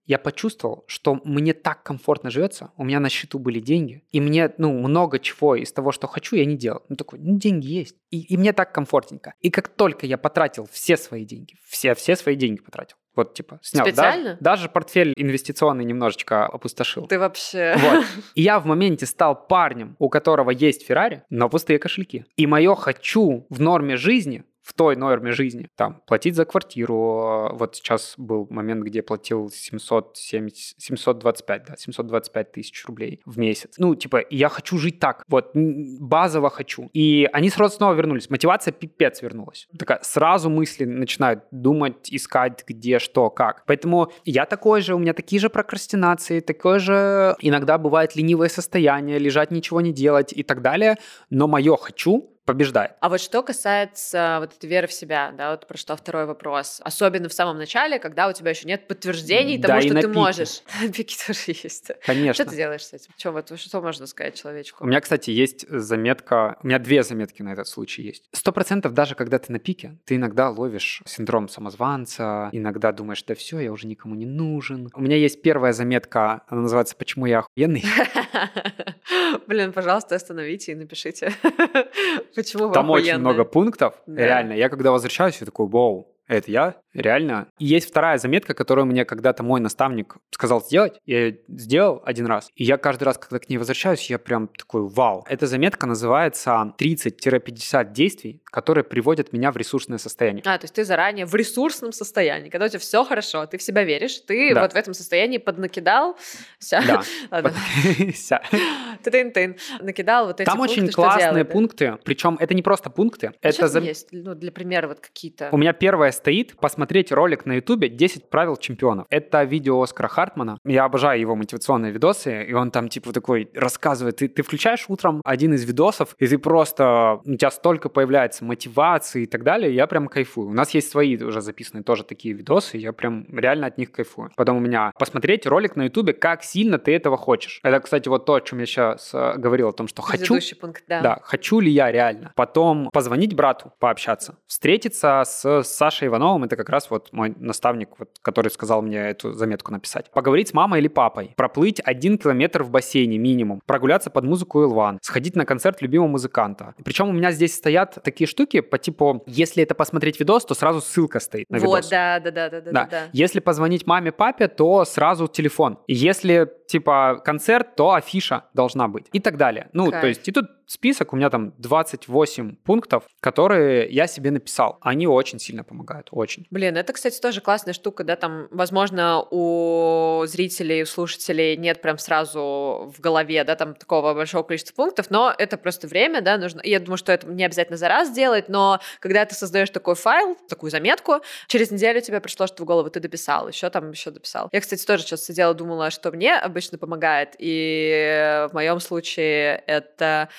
я почувствовал, что мне так комфортно живется, у меня на счету были деньги, и мне, ну, много чего из того, что хочу, я не делал. Ну, такой, ну, деньги есть, и, и мне так комфортненько. И как только я потратил все свои деньги, все, все свои деньги потратил, вот, типа, снял. Специально? Даже, даже портфель инвестиционный немножечко опустошил. Ты вообще... Вот. И я в моменте стал парнем, у которого есть Феррари, но пустые кошельки. И мое «хочу» в норме жизни, в той норме жизни, там, платить за квартиру, вот сейчас был момент, где платил семьсот семьдесят, семьсот двадцать пять, да, семьсот двадцать пять тысяч рублей в месяц. Ну, типа, я хочу жить так, вот, базово хочу. И они сразу снова вернулись, мотивация пипец вернулась. Такая, сразу мысли начинают думать, искать, где, что, как. Поэтому я такой же, у меня такие же прокрастинации, такое же иногда бывает ленивое состояние, лежать, ничего не делать и так далее, но мое «хочу» побеждает. А вот что касается вот этой веры в себя, да, вот про что второй вопрос. Особенно в самом начале, когда у тебя еще нет подтверждений да, тому, что ты пике. можешь. На пике тоже есть. Конечно. Что ты делаешь с этим? Что, вот, что можно сказать человечку? У меня, кстати, есть заметка, у меня две заметки на этот случай есть. Сто процентов даже когда ты на пике, ты иногда ловишь синдром самозванца, иногда думаешь, да все, я уже никому не нужен. У меня есть первая заметка, она называется «Почему я охуенный?». Блин, пожалуйста, остановите и напишите. Почему вы Там охуенные? очень много пунктов, Да. реально. Я когда возвращаюсь, я такой, вау, это я? Реально? И есть вторая заметка, которую мне когда-то мой наставник сказал сделать. Я ее сделал один раз. И я каждый раз, когда к ней возвращаюсь, я прям такой, вау. Эта заметка называется тридцать-пятьдесят действий, которые приводят меня в ресурсное состояние. А, то есть ты заранее в ресурсном состоянии, когда у тебя все хорошо, ты в себя веришь, ты Да. вот в этом состоянии поднакидал, ся- Да. ладно, Ся. тын-тын, накидал вот эти Там пункты, очень что классные делать, да? пункты. Причем это не просто пункты. А Это что там за- есть, ну, для примера вот какие-то? У меня первое стоит посмотреть ролик на Ютубе «десять правил чемпионов». Это видео Оскара Хартмана. Я обожаю его мотивационные видосы, и он там типа такой рассказывает. Ты, ты включаешь утром один из видосов, и ты просто... У тебя столько появляется мотивации и так далее, я прям кайфую. У нас есть свои уже записанные тоже такие видосы, я прям реально от них кайфую. Потом у меня посмотреть ролик на Ютубе, как сильно ты этого хочешь. Это, кстати, вот то, о чем я сейчас э, говорил, о том, что хочу... Предыдущий пункт, да. Да, хочу ли я реально. Потом позвонить брату, пообщаться. Встретиться с Сашей Ивановым, это как раз вот мой наставник, вот, который сказал мне эту заметку написать. Поговорить с мамой или папой. Проплыть один километр в бассейне минимум. Прогуляться под музыку Илван. Сходить на концерт любимого музыканта. Причем у меня здесь стоят такие штуки по типу, если это посмотреть видос, то сразу ссылка стоит на Вот, видос. да, да, да, да, да, Да. да. Если позвонить маме, папе, то сразу телефон. Если, типа, концерт, то афиша должна быть. И так далее. Ну, Кайф. то есть, и тут список, у меня там двадцать восемь пунктов, которые я себе написал. Они очень сильно помогают, очень. Блин, это, кстати, тоже классная штука, да, там, возможно, у зрителей, у слушателей нет прям сразу в голове, да, там, такого большого количества пунктов, но это просто время, да, нужно, я думаю, что это не обязательно за раз делать, но когда ты создаешь такой файл, такую заметку, через неделю тебе пришло, что в голову ты дописал, еще там, еще дописал. Я, кстати, тоже сейчас сидела, думала, что мне обычно помогает, и в моем случае это...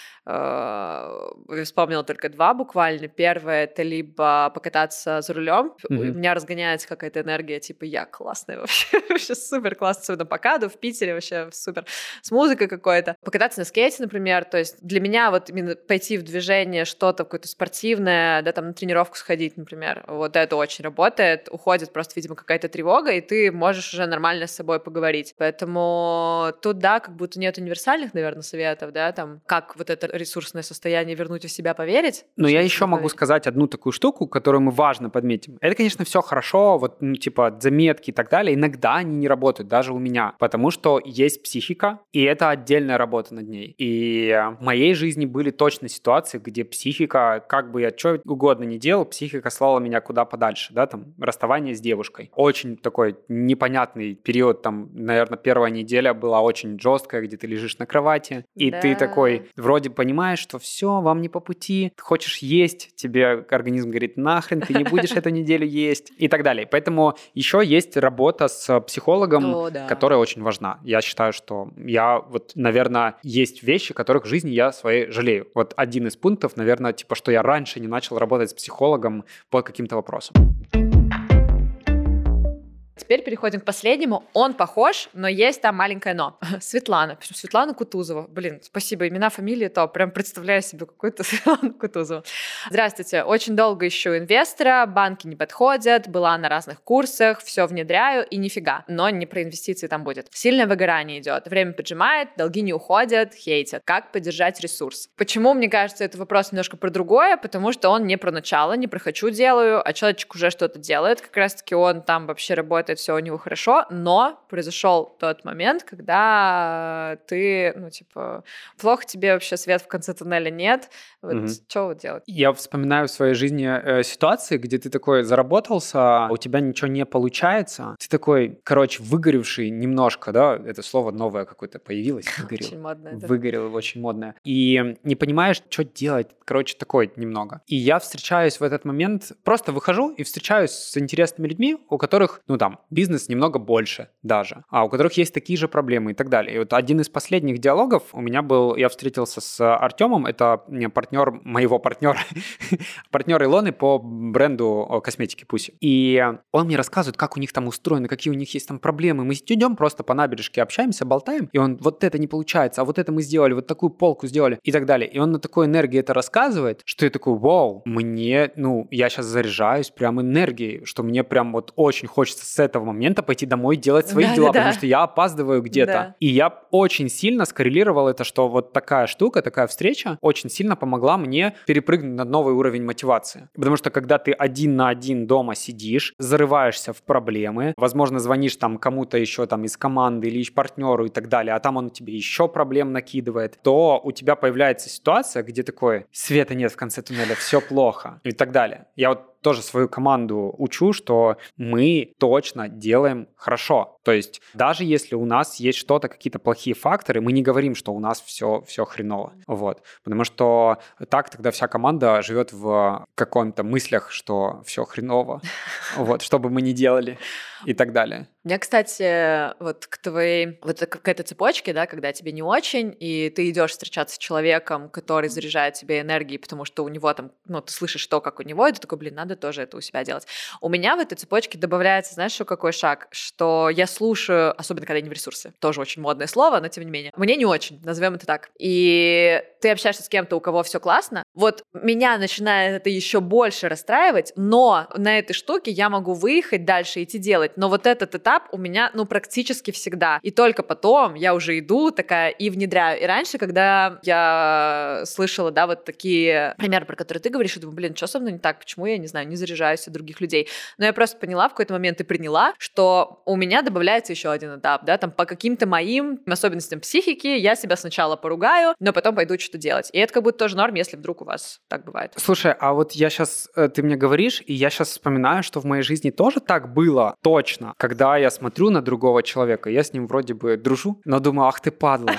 Я вспомнила только два буквально. Первое — это либо покататься за рулем. Мгм. У меня разгоняется какая-то энергия, типа я классная вообще, вообще супер классно, особенно по КАДу в Питере вообще супер, с музыкой какой-то. Покататься на скейте, например, то есть для меня вот именно пойти в движение, что-то какое-то спортивное, да, там на тренировку сходить, например, вот это очень работает, уходит просто, видимо, какая-то тревога, и ты можешь уже нормально с собой поговорить. Поэтому тут, да, как будто нет универсальных, наверное, советов, да, там, как вот это ресурсное состояние вернуть в себя, поверить. Но я Что еще тебе могу поверить? сказать одну такую штуку, которую мы важно подметим. Это, конечно, все хорошо, вот, ну, типа, заметки и так далее. Иногда они не работают, даже у меня, потому что есть психика, и это отдельная работа над ней. И в моей жизни были точно ситуации, где психика, как бы я что угодно не делал, психика слала меня куда подальше, да, там, расставание с девушкой. Очень такой непонятный период, там, наверное, первая неделя была очень жесткая, где ты лежишь на кровати, и Да. ты такой, вроде понимаешь, что все, вам не по пути, ты хочешь есть, тебе организм говорит, нахрен, ты не будешь эту неделю есть, и так далее. Поэтому еще есть работа с психологом, О, да. которая очень важна. Я считаю, что я вот, наверное, есть вещи, которых в жизни я своей жалею. Вот один из пунктов, наверное, типа, что я раньше не начал работать с психологом по каким-то вопросам. теперь переходим к последнему. Он похож, но есть там маленькое но. Светлана. Причем Светлана Кутузова. Блин, спасибо, имена, фамилии, то прям представляю себе какую-то Светлану Кутузову. Здравствуйте. Очень долго ищу инвестора, банки не подходят, была на разных курсах, все внедряю и нифига. Но не про инвестиции там будет. Сильное выгорание идет. Время поджимает, долги не уходят, хейтят. Как поддержать ресурс? Почему, мне кажется, это вопрос немножко про другое? Потому что он не про начало, не про хочу делаю, а человечек уже что-то делает. Как раз-таки он там вообще работает, все у него хорошо, но произошел тот момент, когда ты, ну, типа, плохо тебе вообще, свет в конце туннеля нет. Вот mm-hmm. что вот делать? Я вспоминаю в своей жизни э, ситуации, где ты такой заработался, а у тебя ничего не получается. Ты такой, короче, выгоревший немножко, да, это слово новое какое-то появилось. Выгорел. Очень модное. Да. Выгорел, очень модное. И не понимаешь, что делать. Короче, такое немного. И я встречаюсь в этот момент, просто выхожу и встречаюсь с интересными людьми, у которых, ну там, бизнес немного больше даже, а у которых есть такие же проблемы и так далее. И вот один из последних диалогов у меня был, я встретился с Артемом, это партнер моего партнера, партнер Илоны по бренду косметики Пуси. И он мне рассказывает, как у них там устроено, какие у них есть там проблемы. Мы идем просто по набережке, общаемся, болтаем, и он, вот это не получается, а вот это мы сделали, вот такую полку сделали и так далее. И он на такой энергии это рассказывает, что я такой, вау, мне, ну, я сейчас заряжаюсь прям энергией, что мне прям вот очень хочется с этого момента пойти домой делать свои да, дела, да, потому да. что я опаздываю где-то. Да. И я очень сильно скоррелировал это, что вот такая штука, такая встреча очень сильно помогла мне перепрыгнуть на новый уровень мотивации. Потому что когда ты один на один дома сидишь, зарываешься в проблемы, возможно, звонишь там кому-то еще там из команды или партнеру и так далее, а там он тебе еще проблем накидывает, то у тебя появляется ситуация, где такое, света нет в конце туннеля, все плохо и так далее. Я вот тоже свою команду учу, что мы точно делаем хорошо. То есть даже если у нас есть что-то, какие-то плохие факторы, мы не говорим, что у нас все, все хреново. Вот. Потому что так тогда вся команда живет в каком-то мыслях, что все хреново. Вот, что бы мы ни делали и так далее. У меня, кстати, вот к твоей, вот к этой цепочке, да, когда тебе не очень, и ты идешь встречаться с человеком, который заряжает тебе энергией, потому что у него там, ну, ты слышишь то, как у него, и ты такой, блин, надо тоже это у себя делать. У меня в этой цепочке добавляется, знаешь, что какой шаг? Что я слушаю, особенно когда я не в ресурсе, тоже очень модное слово, но тем не менее, мне не очень, назовем это так. И ты общаешься с кем-то, у кого все классно, вот меня начинает это еще больше расстраивать, но на этой штуке я могу выехать дальше, идти делать, но вот этот этап у меня, ну, практически всегда. И только потом я уже иду такая и внедряю. И раньше, когда я слышала, да, вот такие примеры, про которые ты говоришь, я думаю, блин, что со мной не так? Почему я, не знаю, не заряжаюсь от других людей? Но я просто поняла в какой-то момент и приняла, что у меня добавляется еще один этап, да, там по каким-то моим особенностям психики я себя сначала поругаю, но потом пойду что-то делать. И это как будто тоже норм, если вдруг у вас так бывает. Слушай, а вот я сейчас, ты мне говоришь, и я сейчас вспоминаю, что в моей жизни тоже так было точно, когда я смотрю на другого человека, я с ним вроде бы дружу, но думаю, ах ты падла.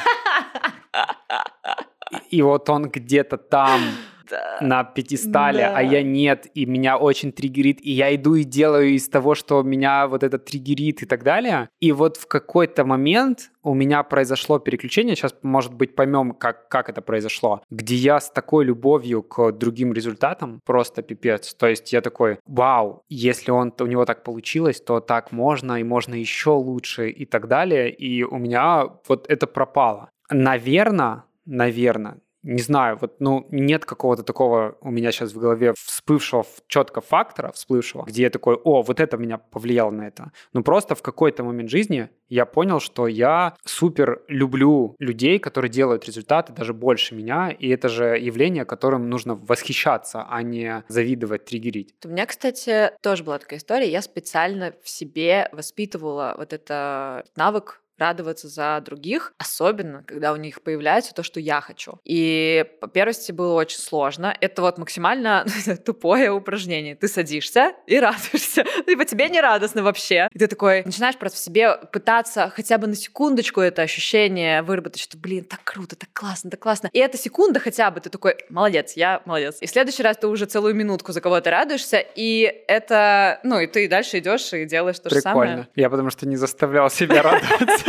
И вот он где-то там на пьедестале, да. А я нет, и меня очень триггерит, и я иду и делаю из того, что меня вот это триггерит и так далее. И вот в какой-то момент у меня произошло переключение, сейчас, может быть, поймем, как, как это произошло, где я с такой любовью к другим результатам, просто пипец. То есть я такой, вау, если он, у него так получилось, то так можно, и можно еще лучше и так далее. И у меня вот это пропало. Наверное, наверное, не знаю, вот, ну, нет какого-то такого у меня сейчас в голове всплывшего четко фактора, всплывшего, где я такой, о, вот это меня повлияло на это. Ну, просто в какой-то момент жизни я понял, что я супер люблю людей, которые делают результаты даже больше меня, и это же явление, которым нужно восхищаться, а не завидовать, триггерить. У меня, кстати, тоже была такая история, я специально в себе воспитывала вот этот навык радоваться за других, особенно, когда у них появляется то, что я хочу. И по первости было очень сложно. Это вот максимально тупое упражнение. Ты садишься и радуешься. И по тебе не радостно вообще. И ты такой начинаешь просто в себе пытаться хотя бы на секундочку это ощущение выработать, что, блин, так круто, так классно, так классно. И эта секунда хотя бы, ты такой, молодец, я молодец. И в следующий раз ты уже целую минутку за кого-то радуешься, и это, ну, и ты дальше идешь и делаешь то же самое. Прикольно. Я потому что не заставлял себя радоваться.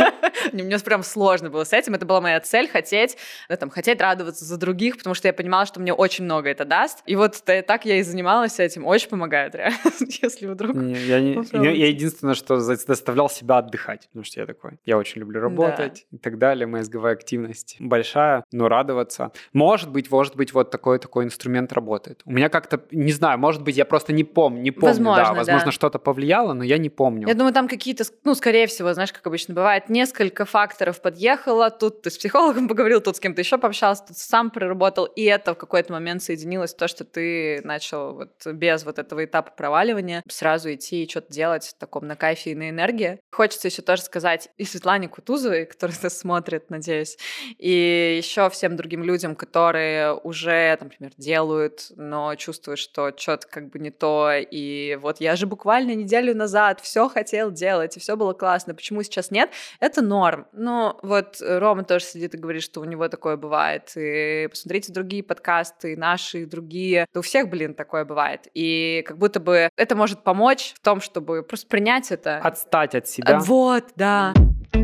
Мне прям сложно было с этим. Это была моя цель — хотеть, да, там, хотеть радоваться за других, потому что я понимала, что мне очень много это даст. И вот так я и занималась этим. Очень помогает, реально, если вдруг... Я, не, я, я единственное, что заставлял себя отдыхать, потому что я такой, я очень люблю работать, да, и так далее. Мозговая активность большая, но радоваться. Может быть, может быть, вот такой такой инструмент работает. У меня как-то, не знаю, может быть, я просто не помню, не помню, возможно, да, возможно, да. что-то повлияло, но я не помню. Я думаю, там какие-то, ну, скорее всего, знаешь, как обычно бывает, несколько факторов подъехало, тут ты с психологом поговорил, тут с кем-то еще пообщался, тут сам проработал, и это в какой-то момент соединилось в то, что ты начал вот без вот этого этапа проваливания сразу идти и что-то делать в таком на кайфе и на энергии. Хочется еще тоже сказать и Светлане Кутузовой, которая нас смотрит, надеюсь, и еще всем другим людям, которые уже, например, делают, но чувствуют, что что-то как бы не то, и вот я же буквально неделю назад все хотел делать, и все было классно, почему сейчас нет? Это норм. Но вот Рома тоже сидит и говорит, что у него такое бывает, и посмотрите другие подкасты, наши, другие, да у всех, блин, такое бывает, и как будто бы это может помочь в том, чтобы просто принять это. Отстать от себя. Вот, да.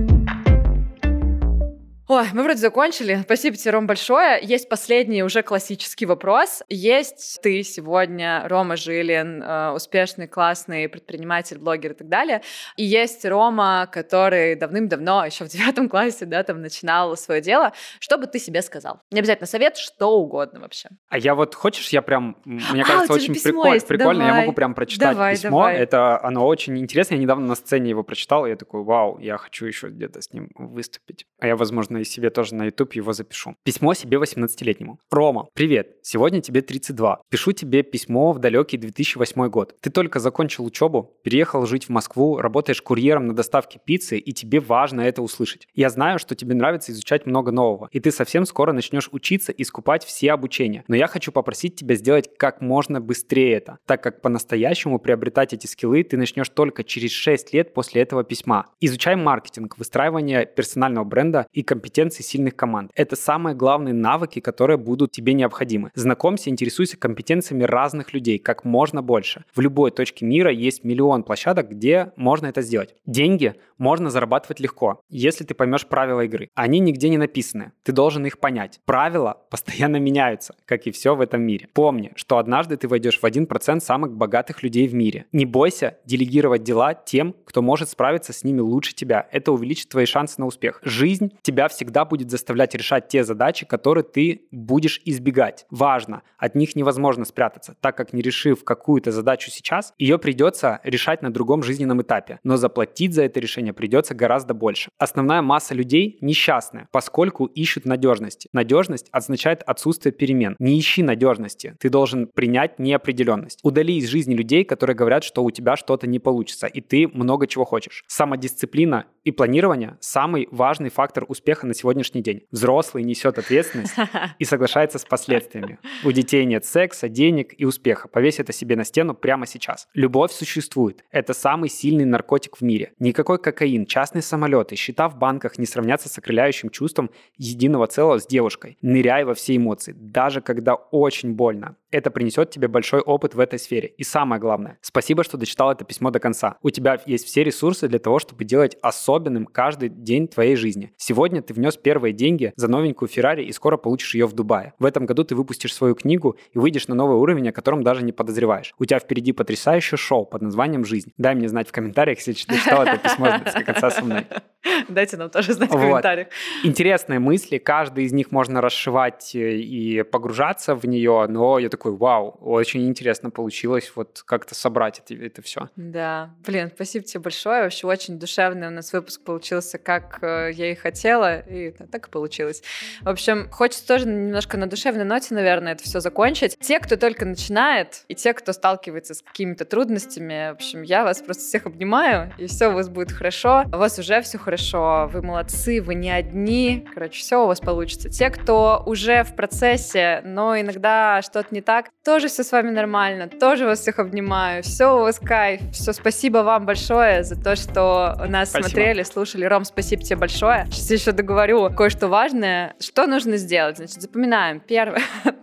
Ой, мы вроде закончили. Спасибо тебе, Ром, большое. Есть последний уже классический вопрос. Есть ты сегодня, Рома Жилин, успешный, классный предприниматель, блогер и так далее. И есть Рома, который давным-давно, еще в девятом классе, да, там начинал свое дело. Что бы ты себе сказал? Не обязательно совет, что угодно вообще. А я вот, хочешь, я прям, мне а, кажется, очень приколь, прикольно, давай. Я могу прям прочитать давай, письмо. Давай. Это, оно очень интересно. Я недавно на сцене его прочитал, и я такой, вау, я хочу еще где-то с ним выступить. А я, возможно, и себе тоже на YouTube его запишу. Письмо себе восемнадцатилетнему. Рома, привет. Сегодня тебе тридцать два. Пишу тебе письмо в далекий две тысячи восьмой год. Ты только закончил учебу, переехал жить в Москву, работаешь курьером на доставке пиццы, и тебе важно это услышать. Я знаю, что тебе нравится изучать много нового, и ты совсем скоро начнешь учиться и скупать все обучения. Но я хочу попросить тебя сделать как можно быстрее это, так как по-настоящему приобретать эти скиллы ты начнешь только через шесть лет после этого письма. Изучай маркетинг, выстраивание персонального бренда и компетенции сильных команд. Это самые главные навыки, которые будут тебе необходимы. Знакомься, интересуйся компетенциями разных людей как можно больше. В любой точке мира есть миллион площадок, где можно это сделать. Деньги можно зарабатывать легко, если ты поймешь правила игры. Они нигде не написаны. Ты должен их понять. Правила постоянно меняются, как и все в этом мире. Помни, что однажды ты войдешь в один процент самых богатых людей в мире. Не бойся делегировать дела тем, кто может справиться с ними лучше тебя. Это увеличит твои шансы на успех. Жизнь тебя всегда будет заставлять решать те задачи, которые ты будешь избегать. Важно, от них невозможно спрятаться, так как не решив какую-то задачу сейчас, ее придется решать на другом жизненном этапе. Но заплатить за это решение придется гораздо больше. Основная масса людей несчастная, поскольку ищут надежности. Надежность означает отсутствие перемен. Не ищи надежности. Ты должен принять неопределенность. Удали из жизни людей, которые говорят, что у тебя что-то не получится, и ты много чего хочешь. Самодисциплина и планирование – самый важный фактор успеха на сегодняшний день. Взрослый несет ответственность и соглашается с последствиями. У детей нет секса, денег и успеха. Повесь это себе на стену прямо сейчас. Любовь существует. Это самый сильный наркотик в мире. Никакой кокаин, частные самолеты, счета в банках не сравнятся с окрыляющим чувством единого целого с девушкой. Ныряй во все эмоции, даже когда очень больно. Это принесет тебе большой опыт в этой сфере. И самое главное, спасибо, что дочитал это письмо до конца. У тебя есть все ресурсы для того, чтобы делать особенным каждый день твоей жизни. Сегодня ты внес первые деньги за новенькую Феррари и скоро получишь ее в Дубае. В этом году ты выпустишь свою книгу и выйдешь на новый уровень, о котором даже не подозреваешь. У тебя впереди потрясающее шоу под названием «Жизнь». Дай мне знать в комментариях, если ты читал это письмо до конца со мной. Дайте нам тоже знать в комментариях. Интересные мысли, каждый из них можно расшивать и погружаться в нее, но я такой, вау, очень интересно получилось вот как-то собрать это, это все. Да, блин, спасибо тебе большое, вообще очень душевный у нас выпуск получился, как я и хотела, и так и получилось. В общем, хочется тоже немножко на душевной ноте, наверное, это все закончить. Те, кто только начинает, и те, кто сталкивается с какими-то трудностями, в общем, я вас просто всех обнимаю, и все у вас будет хорошо, у вас уже все хорошо, вы молодцы, вы не одни, короче, все у вас получится. Те, кто уже в процессе, но иногда что-то не так, тоже все с вами нормально, тоже вас всех обнимаю, все у вас кайф, все, спасибо вам большое за то, что нас спасибо. Смотрели, слушали. Ром, спасибо тебе большое. Сейчас еще договорю кое-что важное. Что нужно сделать? Значит, запоминаем. Первое.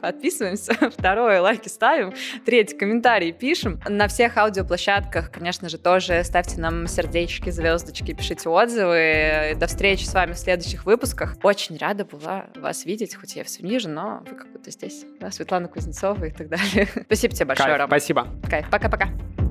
подписываемся. Второе, лайки ставим. Третье, комментарии пишем. На всех аудиоплощадках, конечно же, тоже ставьте нам сердечки, звездочки, пишите отзывы. До встречи с вами в следующих выпусках. Очень рада была вас видеть, хоть я все ниже, но вы как будто здесь. Да, Светлана Кузнецова и так далее. Спасибо тебе большое, Кайф, Ром. спасибо. Кайф. Пока-пока.